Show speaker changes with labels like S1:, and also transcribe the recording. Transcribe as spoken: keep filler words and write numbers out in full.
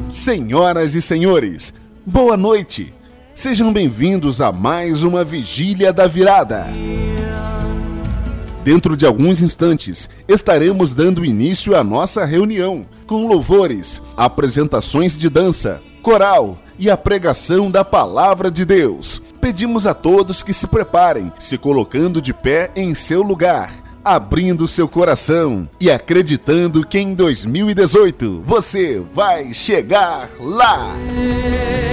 S1: Senhoras e senhores, boa noite. Sejam bem-vindos a mais uma Vigília da Virada. Dentro de alguns instantes, estaremos dando início à nossa reunião, com louvores, apresentações de dança, coral e a pregação da Palavra de Deus. Pedimos a todos que se preparem, se colocando de pé em seu lugar, abrindo seu coração e acreditando que em dois mil e dezoito você vai chegar lá.